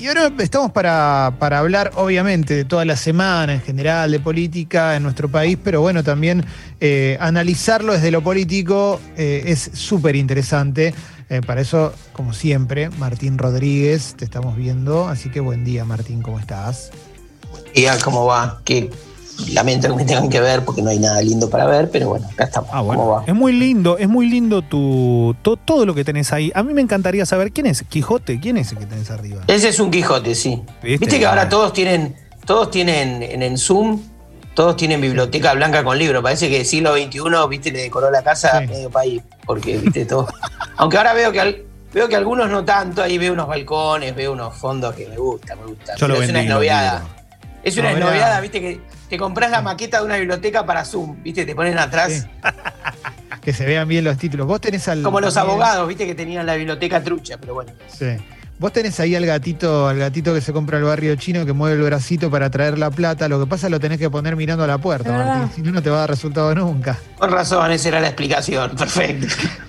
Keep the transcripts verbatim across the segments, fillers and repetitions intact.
Y ahora estamos para, para hablar, obviamente, de toda la semana en general, de política en nuestro país, pero bueno, también eh, analizarlo desde lo político eh, es súper interesante. Eh, para eso, como siempre, Martín Rodríguez, te estamos viendo. Así que buen día, Martín, ¿cómo estás? Y ¿cómo va? Que lamento que me tengan que ver porque no hay nada lindo para ver, pero bueno, acá estamos. Ah, bueno. ¿Cómo va? Es muy lindo, es muy lindo tu to, todo lo que tenés ahí. A mí me encantaría saber quién es Quijote, quién es el que tenés arriba. Ese es un Quijote, sí. ¿Viste? Viste que ahora todos tienen, todos tienen en el Zoom, todos tienen biblioteca blanca con libros. Parece que el siglo veintiuno, viste, le decoró la casa Sí. medio país, porque viste todo. Aunque ahora veo que al- veo que algunos no tanto, ahí veo unos balcones, veo unos fondos que me gustan, me gustan. Yo lo Pero es una vendí, lo esnoviada. vendí. Es una No, era- esnoviada, viste, que te compras la maqueta de una biblioteca para Zoom, viste, te ponen atrás. Sí. Que se vean bien los títulos. Vos tenés al. Como los también- abogados, viste, que tenían la biblioteca trucha, pero bueno. Sí. Vos tenés ahí al gatito, al gatito que se compra al barrio chino, que mueve el bracito para traer la plata. Lo que pasa es que lo tenés que poner mirando a la puerta, Es verdad. Martín. Si no, no te va a dar resultado nunca. Con razón, esa era la explicación, perfecto.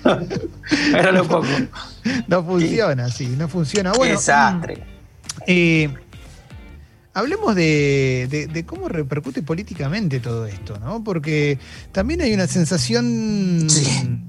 Era lo poco. No funciona, sí, no funciona. Qué Bueno, desastre. mm, eh, hablemos de, de- de cómo repercute políticamente todo esto, ¿no? Porque también hay una sensación Sí.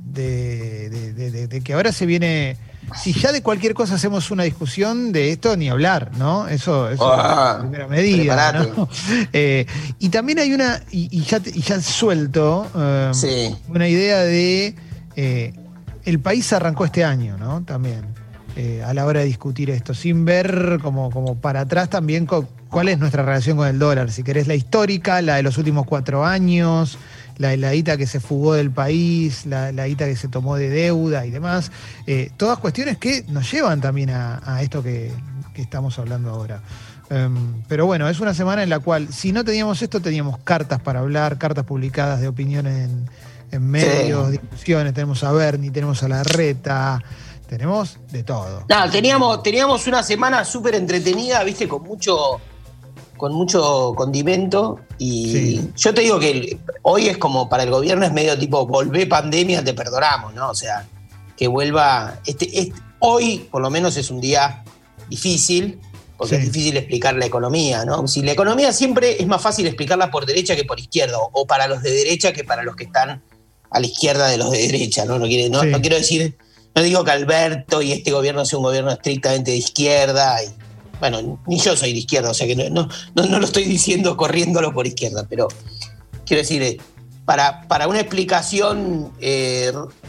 de, de- de- de- de que ahora se viene. Si ya de cualquier cosa hacemos una discusión, de esto ni hablar, ¿no? Eso, eso Ah, es la primera medida, prepárate. ¿no? Eh, y también hay una, y, y ya, te- y ya suelto, eh, Sí. una idea de eh, el país arrancó este año, ¿no? También, eh, a la hora de discutir esto, sin ver como, como para atrás también co- cuál es nuestra relación con el dólar, si querés la histórica, la de los últimos cuatro años, la de la guita que se fugó del país, la, la guita que se tomó de deuda y demás. Eh, todas cuestiones que nos llevan también a, a esto que, que estamos hablando ahora. Um, pero bueno, es una semana en la cual, si no teníamos esto, teníamos cartas para hablar, cartas publicadas de opiniones en, en medios, Sí. discusiones, tenemos a Bernie, tenemos a Larreta, tenemos de todo. Nada, teníamos, teníamos una semana súper entretenida, viste, con mucho, con mucho condimento. Y Sí. yo te digo que el- hoy es como para el gobierno, es medio tipo, volvé pandemia, te perdonamos, ¿no? O sea, que vuelva. Este, este- hoy, por lo menos, es un día difícil, porque Sí. es difícil explicar la economía, ¿no? Si la economía siempre es más fácil explicarla por derecha que por izquierda, o, o para los de derecha que para los que están a la izquierda de los de derecha, ¿no? No, quiere- no, Sí. no quiero decir. No digo que Alberto y este gobierno sea un gobierno estrictamente de izquierda. Y, bueno, ni yo soy de izquierda, o sea que no, no, no, no lo estoy diciendo corriéndolo por izquierda, pero quiero decir, eh, para, para una explicación eh,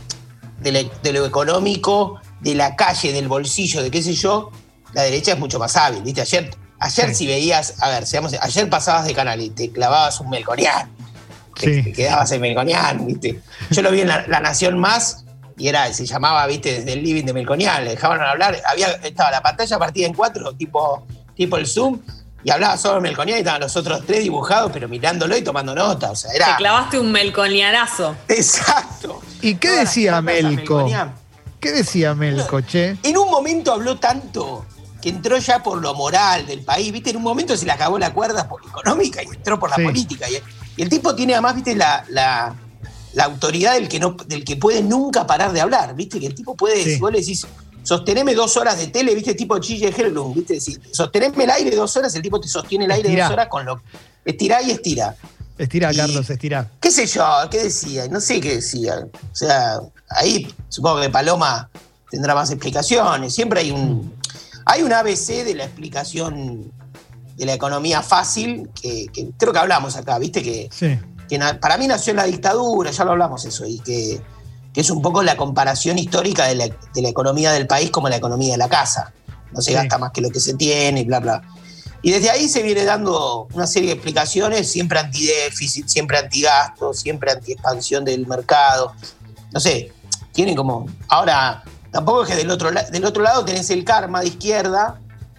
de, la- de lo económico, de la calle, del bolsillo, de qué sé yo, la derecha es mucho más hábil, ¿viste? Ayer, ayer Sí. si veías, a ver, seamos, ayer pasabas de canal y te clavabas un melconian, te, Sí. te quedabas en melconian, ¿viste? Yo lo vi en la, La Nación Más y era, se llamaba, ¿viste? Desde el living de melconian, le dejaban hablar, había, estaba la pantalla partida en cuatro, tipo, tipo el Zoom, y hablaba solo melconian y estaban los otros tres dibujados, pero mirándolo y tomando nota, o sea, Te era... clavaste un melconianazo. Exacto. ¿Y qué Todas las decía notas a Melco? Melconian. ¿Qué decía Melco, che? En un momento habló tanto que entró ya por lo moral del país, ¿viste? En un momento se le acabó la cuerda por económica y entró por la Sí. política. Y, y el tipo tiene además, ¿viste? La, la, la autoridad del que, no, del que puede nunca parar de hablar, ¿viste? Que el tipo puede, Sí. si vos le decís, sosteneme dos horas de tele, ¿viste? Tipo Chille Herlung, ¿viste? Si sosteneme el aire dos horas, el tipo te sostiene el aire Estirá. dos horas con lo... Estirá y estira. Estira, Y- Carlos, estira. ¿Qué sé yo? ¿Qué decía? No sé qué decía. O sea, ahí supongo que Paloma tendrá más explicaciones. Siempre hay un, hay un A B C de la explicación de la economía fácil, que, que creo que hablamos acá, ¿viste? Que, Sí. que na- para mí nació en la dictadura, ya lo hablamos eso, y que, que es un poco la comparación histórica de la, de la economía del país como la economía de la casa. No se Sí. gasta más que lo que se tiene, y bla, bla. Y desde ahí se viene dando una serie de explicaciones, siempre antidéficit, siempre antigasto, siempre antiexpansión del mercado. No sé, tienen como... Ahora, tampoco es que del otro, la- del otro lado tenés el karma de izquierda,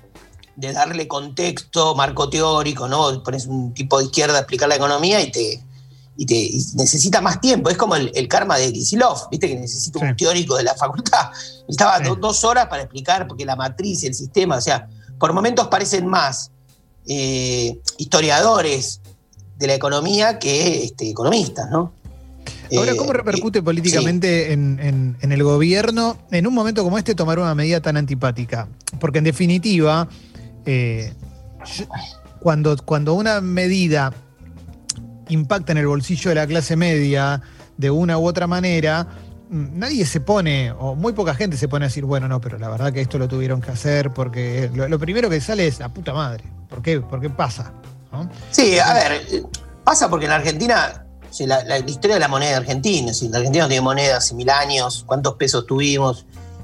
de darle contexto, marco teórico, ¿no? Pones un tipo de izquierda a explicar la economía y te, y te y necesita más tiempo. Es como el, el karma de Kicillof, ¿viste? Que necesita un Sí. teórico de la facultad. Necesitaba Sí. do- dos horas para explicar, porque la matriz, el sistema, o sea, por momentos parecen más eh, historiadores de la economía que este, economistas, ¿no? Ahora, Eh, ¿cómo repercute y- políticamente en, en- en el gobierno en un momento como este tomar una medida tan antipática? Porque en definitiva, Eh, yo, cuando, cuando una medida impacta en el bolsillo de la clase media de una u otra manera, nadie se pone, o muy poca gente se pone a decir, bueno, no, pero la verdad que esto lo tuvieron que hacer porque lo, lo primero que sale es la puta madre. ¿Por qué? ¿Por qué pasa? ¿No? Sí, a ver, pasa porque en Argentina, sí, la, la, la historia de la moneda argentina, sí, la Argentina no tiene moneda hace mil años, cuántos pesos tuvimos,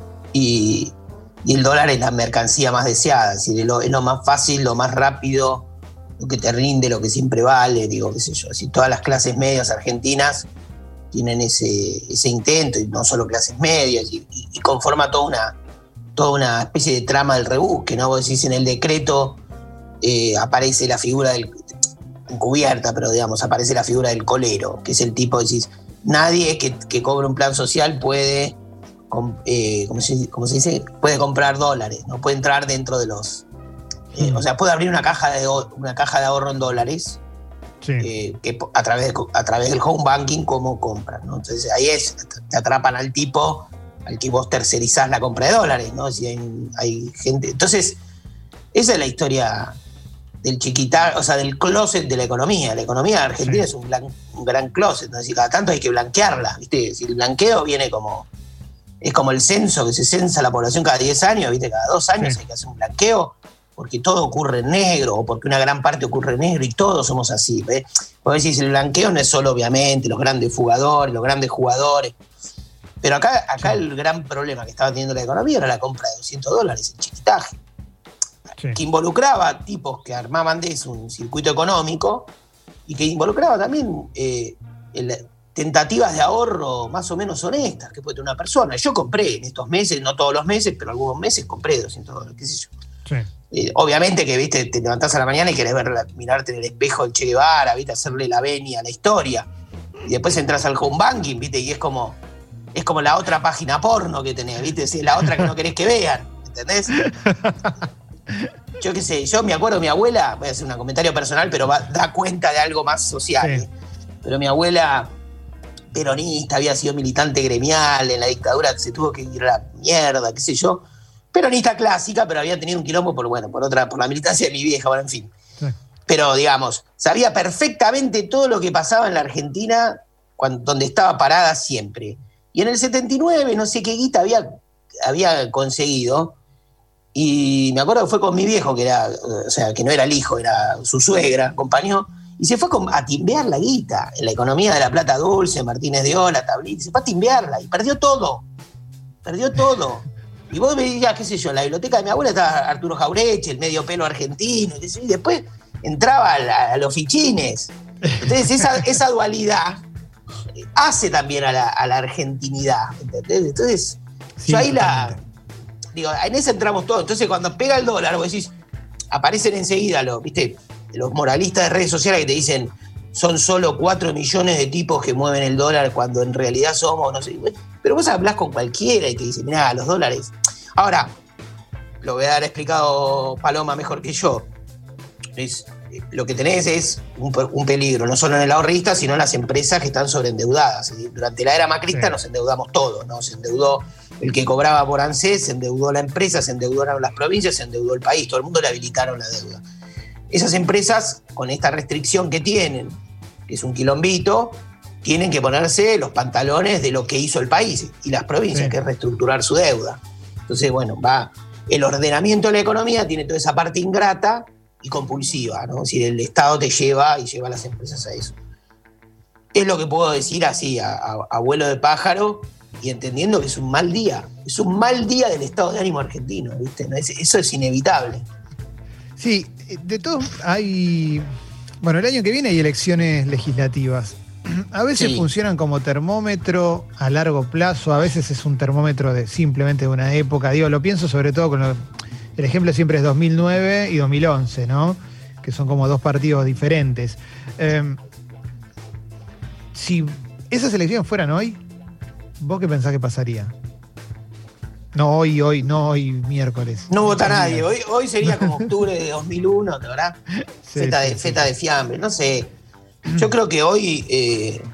y, y el dólar es la mercancía más deseada, es decir, es lo, es lo más fácil, lo más rápido, lo que te rinde, lo que siempre vale, digo, qué sé yo, así, todas las clases medias argentinas tienen ese, ese intento, y no solo clases medias, y, y, y conforma toda una, toda una especie de trama del rebusque, ¿no? Vos decís, en el decreto eh, aparece la figura del, encubierta, pero digamos, aparece la figura del colero, que es el tipo, decís, nadie que, que cobre un plan social puede, eh, ¿cómo, se, ¿cómo se dice? Puede comprar dólares, no puede entrar dentro de los, eh, mm. o sea, puede abrir una caja de, una caja de ahorro en dólares, sí. eh, que a través, de, a través del home banking como compran, ¿no? Entonces ahí es, te atrapan al tipo al que vos tercerizás la compra de dólares, ¿no? Si hay, hay gente, entonces esa es la historia del chiquitar, o sea, del closet de la economía. La economía argentina sí. es un, blan, un gran closet, ¿no? Así, cada tanto hay que blanquearla, ¿viste? Si el blanqueo viene como, es como el censo, que se censa la población cada diez años, ¿viste? Cada dos años sí. hay que hacer un blanqueo, porque todo ocurre en negro, o porque una gran parte ocurre en negro, y todos somos así, ¿ves? Vos decís, el blanqueo no es solo, obviamente, los grandes fugadores, los grandes jugadores, pero acá, acá sí. el gran problema que estaba teniendo la economía era la compra de doscientos dólares, el chiquitaje. Sí. Que involucraba tipos que armaban de eso un circuito económico y que involucraba también eh, el, tentativas de ahorro más o menos honestas que puede tener una persona. Yo compré en estos meses, no todos los meses, pero algunos meses compré doscientos dólares, qué sé yo. Sí. Eh, obviamente que, viste, te levantás a la mañana y querés verla, mirarte en el espejo del Che Guevara, viste, hacerle la venia a la historia. Y después entras al home banking, viste, y es como, es como la otra página porno que tenés, viste, es la otra que no querés que vean, ¿entendés? Yo qué sé, yo me acuerdo de mi abuela, voy a hacer un comentario personal, pero va, da cuenta de algo más social. Sí. Pero mi abuela, peronista, había sido militante gremial, en la dictadura se tuvo que ir a la mierda, qué sé yo. Peronista clásica, pero había tenido un quilombo por, bueno, por otra, por la militancia de mi vieja, bueno, en fin. Sí. Pero, digamos, sabía perfectamente todo lo que pasaba en la Argentina, cuando, donde estaba parada siempre. Y en el setenta y nueve, no sé qué guita había, había conseguido. Y me acuerdo que fue con mi viejo, que era, o sea, que no era el hijo, era su suegra, acompañó, y se fue a timbear la guita en la economía de la Plata Dulce, Martínez de Ola, Tablín, se fue a timbearla y perdió todo, perdió todo. Y vos me digas, qué sé yo, en la biblioteca de mi abuela estaba Arturo Jaureche, el medio pelo argentino, y después entraba a, la, a los fichines. Entonces esa, esa dualidad hace también a la, a la argentinidad, ¿entendés? Entonces sí, yo ahí totalmente. la... Digo, en ese entramos todos. Entonces, cuando pega el dólar, vos decís, aparecen enseguida los, ¿viste? Los moralistas de redes sociales que te dicen, son solo cuatro millones de tipos que mueven el dólar cuando en realidad somos, no sé. Pero vos hablás con cualquiera y te dicen, mirá, los dólares. Ahora, lo voy a dar explicado Paloma mejor que yo. Es, lo que tenés es un, un peligro, no solo en el ahorrista, sino en las empresas que están sobreendeudadas. Durante la era macrista sí. nos endeudamos todos, ¿no? Se endeudó el que cobraba por ANSES, se endeudó la empresa, se endeudaron las provincias, se endeudó el país, todo el mundo le habilitaron la deuda. Esas empresas, con esta restricción que tienen, que es un quilombito, tienen que ponerse los pantalones de lo que hizo el país y las provincias, sí. que es reestructurar su deuda. Entonces, bueno, va el ordenamiento de la economía tiene toda esa parte ingrata y compulsiva, ¿no? Es decir, el Estado te lleva y lleva a las empresas a eso. Es lo que puedo decir así, a, a, a vuelo de pájaro, y entendiendo que es un mal día. Es un mal día del estado de ánimo argentino, ¿viste? ¿No? Eso es inevitable. Sí, de todos hay... Bueno, el año que viene hay elecciones legislativas. A veces sí. funcionan como termómetro a largo plazo, a veces es un termómetro de simplemente de una época. Digo, lo pienso sobre todo con lo, el ejemplo siempre es dos mil nueve y dos mil once, ¿no? Que son como dos partidos diferentes. Eh, si esas elecciones fueran hoy, ¿vos qué pensás que pasaría? No hoy, hoy, no hoy miércoles. No vota nadie. Hoy, hoy sería como octubre de dos mil uno, ¿verdad? Sí, feta, sí, de, sí. feta de fiambre, no sé. Yo creo que hoy, eh,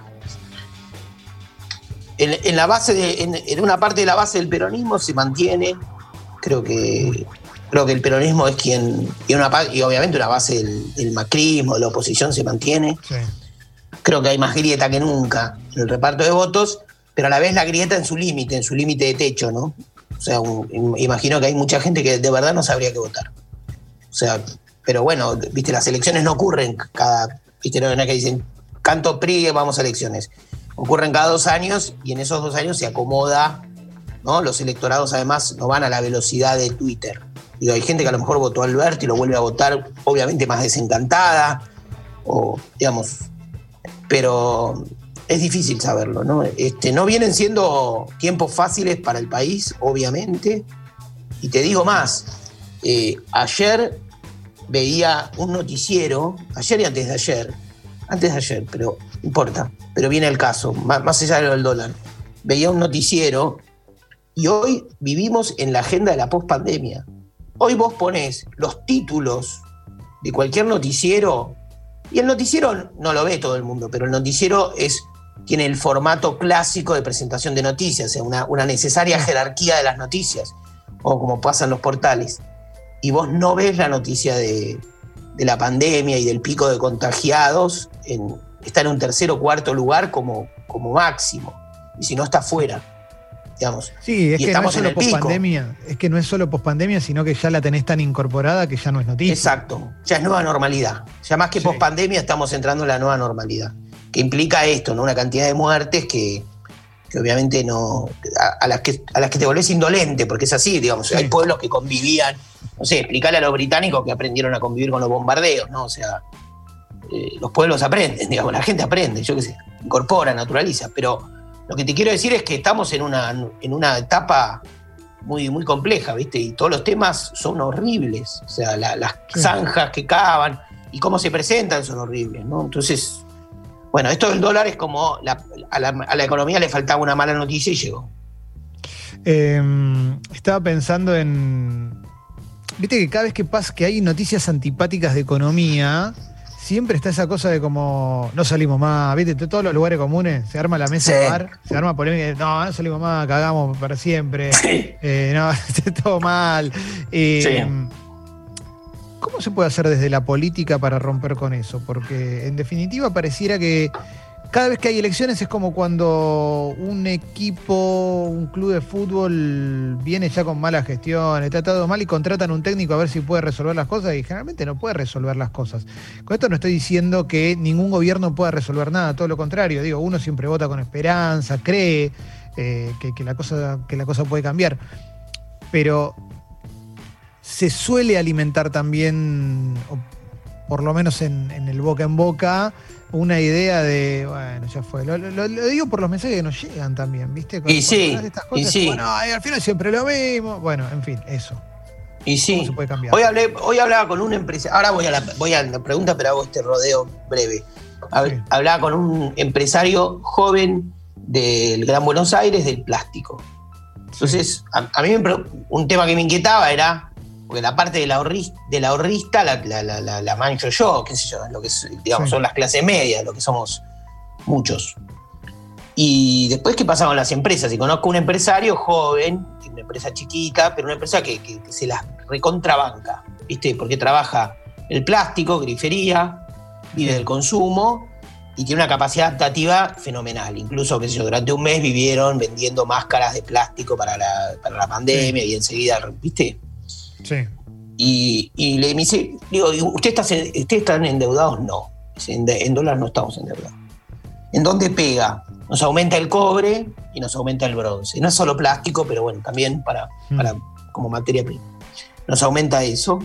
en, en la base, de, en, en una parte de la base del peronismo se mantiene. Creo que Creo que el peronismo es quien tiene una y obviamente una base del, del macrismo, de la oposición se mantiene. Sí. Creo que hay más grieta que nunca en el reparto de votos, pero a la vez la grieta en su límite, en su límite de techo, ¿no? O sea, un, imagino que hay mucha gente que de verdad no sabría qué votar. O sea, pero bueno, viste, las elecciones no ocurren cada, viste, no es que dicen, canto P R I, vamos a elecciones. Ocurren cada dos años y en esos dos años se acomoda, ¿no? Los electorados además no van a la velocidad de Twitter. Digo, hay gente que a lo mejor votó a Alberto y lo vuelve a votar, obviamente más desencantada, o digamos, pero es difícil saberlo, ¿no? Este, no vienen siendo tiempos fáciles para el país, obviamente, y te digo más, eh, ayer veía un noticiero, ayer y antes de ayer, antes de ayer, pero no importa, pero viene el caso, más, más allá del dólar, veía un noticiero y hoy vivimos en la agenda de la pospandemia. Hoy vos ponés los títulos de cualquier noticiero, y el noticiero no lo ve todo el mundo, pero el noticiero es, tiene el formato clásico de presentación de noticias, o sea, una, una necesaria jerarquía de las noticias, o como pasa en los portales. Y vos no ves la noticia de, de la pandemia y del pico de contagiados, en, está en un tercer o cuarto lugar como, como máximo, y si no está fuera. Digamos. Sí, es y que no es solo pospandemia, pospandemia, es que no es solo pospandemia, sino que ya la tenés tan incorporada que ya no es noticia. Exacto, ya es nueva normalidad. Ya más que Sí. pospandemia estamos entrando en la nueva normalidad, que implica esto, ¿no? Una cantidad de muertes que, que obviamente no. A, a las que a las que te volvés indolente, porque es así, digamos. Sí. Hay pueblos que convivían, no sé, explicarle a los británicos que aprendieron a convivir con los bombardeos, ¿no? O sea, eh, los pueblos aprenden, digamos, la gente aprende, yo qué sé, incorpora, naturaliza, pero. Lo que te quiero decir es que estamos en una, en una etapa muy, muy compleja, ¿viste? Y todos los temas son horribles. O sea, la, las Sí. zanjas que cavan y cómo se presentan son horribles, ¿no? Entonces, bueno, esto del dólar es como la, a, la, a la economía le faltaba una mala noticia y llegó. Eh, estaba pensando en. Viste que cada vez que pasa que hay noticias antipáticas de economía, siempre está esa cosa de como no salimos más, viste, de todos los lugares comunes, se arma la mesa Sí. de bar, se arma polémica, no, no salimos más, cagamos para siempre, Sí. eh, no, está todo mal. Eh, Sí. ¿Cómo se puede hacer desde la política para romper con eso? Porque en definitiva pareciera que cada vez que hay elecciones es como cuando un equipo, un club de fútbol viene ya con mala gestión, está todo mal y contratan un técnico a ver si puede resolver las cosas y generalmente no puede resolver las cosas. Con esto no estoy diciendo que ningún gobierno pueda resolver nada, todo lo contrario. Digo, uno siempre vota con esperanza, cree eh, que, que la cosa, que la cosa puede cambiar. Pero se suele alimentar también, o por lo menos en, en el boca en boca, una idea de, bueno, ya fue. Lo, lo- lo digo por los mensajes que nos llegan también, ¿viste? Y sí, hablas de estas cosas, y sí. bueno, ay, al final siempre lo mismo. Bueno, en fin, eso. Y sí, ¿Cómo se puede cambiar? Hoy, hablé, hoy hablaba con un empresario, ahora voy a, la, voy a la pregunta, pero hago este rodeo breve. Hab- Sí. Hablaba con un empresario joven del Gran Buenos Aires del plástico. Entonces, a, a mí me pre- un tema que me inquietaba era, porque la parte del ahorrista, del ahorrista la, la, la, la, la mancho yo, qué sé yo, lo que es, digamos, Sí. son las clases medias, lo que somos muchos. Y después, ¿qué pasa con las empresas? Y conozco un empresario joven, una empresa chiquita, pero una empresa que, que, que se las recontrabanca, ¿viste? Porque trabaja el plástico, grifería, vive del consumo y tiene una capacidad adaptativa fenomenal. Incluso, qué sé yo, durante un mes vivieron vendiendo máscaras de plástico para la, para la pandemia y enseguida, ¿viste? Sí. Y, y le me dice, digo, ¿ustedes están, ¿ustedes están endeudados? No. Dice, En, en dólares no estamos endeudados. ¿En dónde pega? Nos aumenta el cobre y nos aumenta el bronce. No es solo plástico, pero bueno, también para, Mm. para, como materia prima. Nos aumenta eso.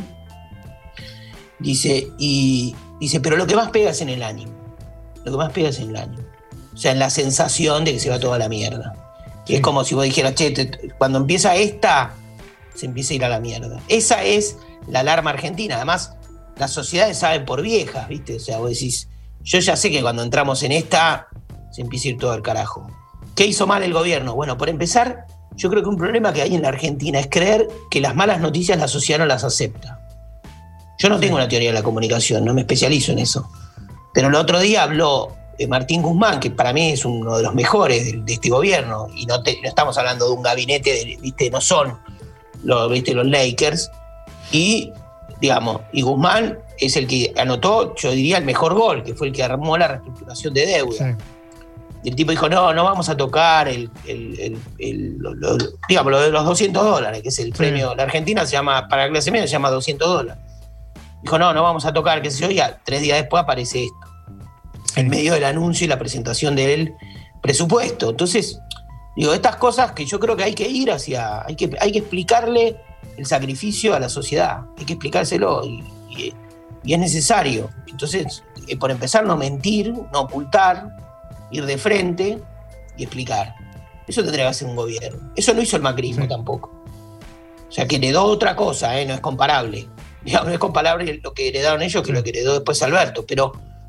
Dice, y dice, pero lo que más pega es en el ánimo. Lo que más pega es en el ánimo. O sea, en la sensación de que se va toda la mierda. Sí. Es como si vos dijeras, che, te- cuando empieza esta, se empieza a ir a la mierda. Esa es la alarma argentina. Además, las sociedades saben por viejas, ¿viste? O sea, vos decís, yo ya sé que cuando entramos en esta, se empieza a ir todo al carajo. ¿Qué hizo mal el gobierno? Bueno, por empezar, yo creo que un problema que hay en la Argentina es creer que las malas noticias la sociedad no las acepta. Yo no tengo una teoría de la comunicación, no me especializo en eso. Pero el otro día habló eh, Martín Guzmán, que para mí es uno de los mejores de, de este gobierno, y no, te- no estamos hablando de un gabinete, de, ¿viste? No son los, ¿viste? los Lakers. Y, digamos, y Guzmán es el que anotó, yo diría, el mejor gol, que fue el que armó la reestructuración de deuda. Sí. Y el tipo dijo, no, no vamos a tocar el, el, el, el lo, lo, digamos, lo de los doscientos dólares, que es el Sí. premio. La Argentina se llama, para la clase media se llama doscientos dólares. Dijo, no, no vamos a tocar, qué sé yo, y a, tres días después aparece esto. Sí. En medio del anuncio y la presentación del presupuesto. Entonces, digo, estas cosas que yo creo que hay que ir hacia, hay que, hay que explicarle el sacrificio a la sociedad, hay que explicárselo y, y, y es necesario. Entonces, eh, por empezar, no mentir, no ocultar, ir de frente y explicar. Eso tendría que hacer un gobierno. Eso no hizo el macrismo Sí. tampoco. O sea, que heredó otra cosa, ¿eh? No es comparable. Digamos, no es comparable lo que heredaron ellos que lo que heredó después Alberto, pero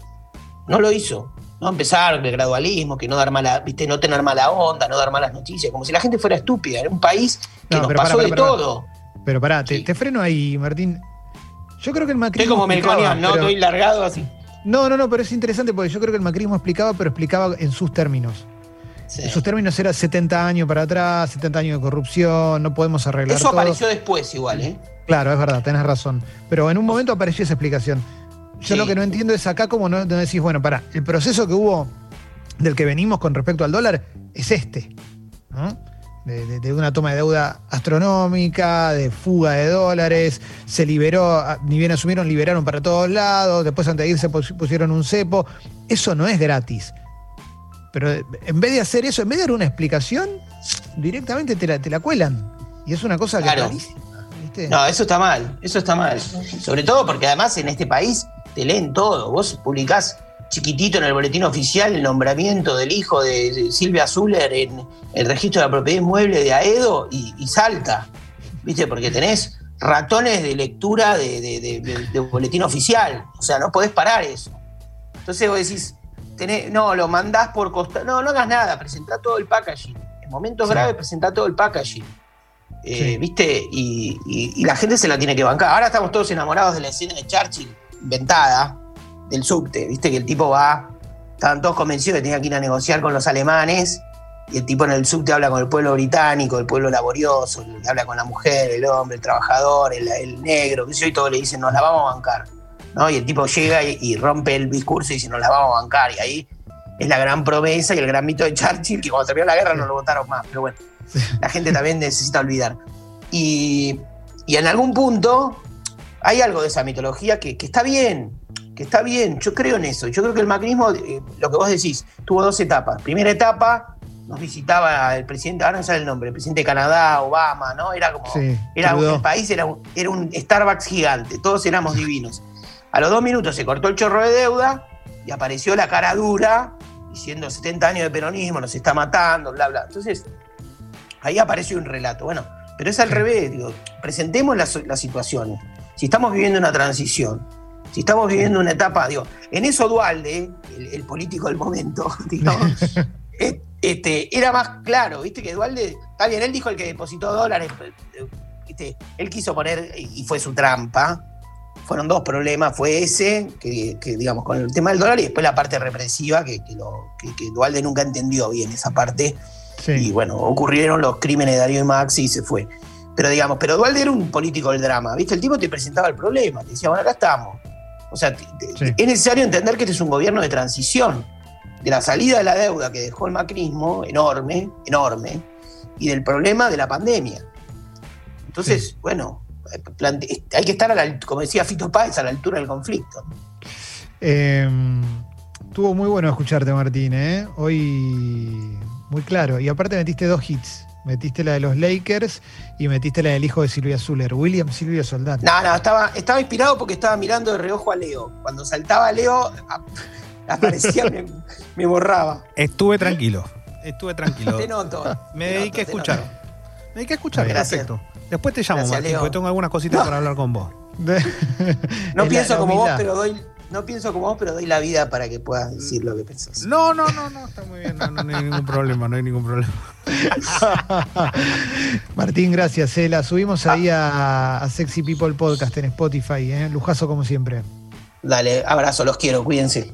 no lo hizo. No empezar el gradualismo, que no dar mala, viste, no tener mala onda, no dar malas noticias, como si la gente fuera estúpida. Era un país que No, nos pero pasó pará, de pará, pará. todo. Pero pará, te, Sí. te freno ahí, Martín. Yo creo que el macrismo. Estoy como explicaba, Melconian, ¿no? pero- Estoy largado así. No, no, no, pero es interesante porque yo creo que el macrismo explicaba, pero explicaba en sus términos. Sí. En sus términos era setenta años para atrás, setenta años de corrupción, no podemos arreglar Eso todo. apareció después igual, ¿eh? Claro, es verdad, tenés razón. Pero en un momento apareció esa explicación. Yo Sí. lo que no entiendo es acá como no, no decís, bueno, pará, el proceso que hubo del que venimos con respecto al dólar es este, ¿no? De, de- de una toma de deuda astronómica, de fuga de dólares, se liberó, ni bien asumieron, liberaron para todos lados, después antes de irse pus- pusieron un cepo. Eso no es gratis. Pero en vez de hacer eso, en vez de dar una explicación, directamente te la, te la cuelan. Y es una cosa que Claro. es rarísima, ¿viste? No, eso está mal, eso está mal. Sobre todo porque además en este país te leen todo. Vos publicás chiquitito en el boletín oficial el nombramiento del hijo de Silvia Zuller en el registro de la propiedad inmueble de Aedo y, y salta, ¿viste? Porque tenés ratones de lectura de, de, de, de- de boletín oficial. O sea, no podés parar eso. Entonces vos decís, tenés, no, lo mandás por costa. No, no hagas nada, presentá todo el packaging. En momentos Sí. graves presentá todo el packaging. Eh, Sí. ¿Viste? Y, y- y la gente se la tiene que bancar. Ahora estamos todos enamorados de la escena de Churchill, inventada, del subte. ¿Viste? Que el tipo va, estaban todos convencidos que tenía que ir a negociar con los alemanes, y el tipo en el subte habla con el pueblo británico, el pueblo laborioso, habla con la mujer, el hombre, el trabajador, el, el negro, qué sé yo, y todos le dicen, nos la vamos a bancar, ¿no? Y el tipo llega y, y rompe el discurso y dice, nos la vamos a bancar, y ahí es la gran promesa y el gran mito de Churchill, que cuando terminó la guerra no lo votaron más, pero bueno, la gente también necesita olvidar. Y, y en algún punto hay algo de esa mitología que, que está bien, que está bien, yo creo en eso. Yo creo que el macrismo, eh, lo que vos decís, tuvo dos etapas. Primera etapa, nos visitaba el presidente, ahora no sale el nombre, el presidente de Canadá, Obama, ¿no? Era como, Sí, era un- Trudeau. el país era un, era un Starbucks gigante, todos éramos divinos. A los dos minutos se cortó el chorro de deuda y apareció la cara dura diciendo setenta años de peronismo, nos está matando, bla, bla. Entonces, ahí apareció un relato. Bueno, pero es al revés, digo, presentemos las, las situaciones. Si estamos viviendo una transición, si estamos viviendo una etapa, digo, en eso Duhalde, el, el político del momento, digamos, eh, este, era más claro, viste que Duhalde, está bien, él dijo el que depositó dólares, eh, viste, él quiso poner, y fue su trampa, fueron dos problemas, fue ese, que, que, digamos, con el tema del dólar, y después la parte represiva, que, que, lo, que, que Duhalde nunca entendió bien esa parte. Sí. Y bueno, ocurrieron los crímenes de Darío y Maxi y se fue. Pero digamos, pero Duhalde era un político del drama, ¿viste? El tipo te presentaba el problema, te decía, bueno, acá estamos. O sea, te- te- Sí. es necesario entender que este es un gobierno de transición, de la salida de la deuda que dejó el macrismo, enorme, enorme, y del problema de la pandemia. Entonces, Sí. bueno, plante- hay que estar, a la, como decía Fito Páez, a la altura del conflicto. Eh, estuvo muy bueno escucharte, Martín, ¿eh? Hoy muy claro. Y aparte metiste dos hits. Metiste la de los Lakers y metiste la del hijo de Silvia Zuller, William Silvio Soldati. No, no, estaba, estaba inspirado porque estaba mirando de reojo a Leo. Cuando saltaba Leo, a- aparecía, me, me borraba. Estuve tranquilo. Estuve tranquilo. Te noto. Me te dediqué a noto, te escuchar. noto. Me dediqué a escuchar, Gracias. perfecto. Después te llamo, Gracias, Martín, Leo. porque tengo algunas cositas para hablar con vos. No Es pienso la- la como vos, humildad. pero doy. No pienso como vos, pero doy la vida para que puedas decir lo que pensás. No, no, no, no, está muy bien. No, no, no hay ningún problema, no hay ningún problema. Martín, gracias. eh. La subimos ahí a, a Sexy People Podcast en Spotify. ¿eh? Lujazo como siempre. Dale, abrazo, los quiero, cuídense.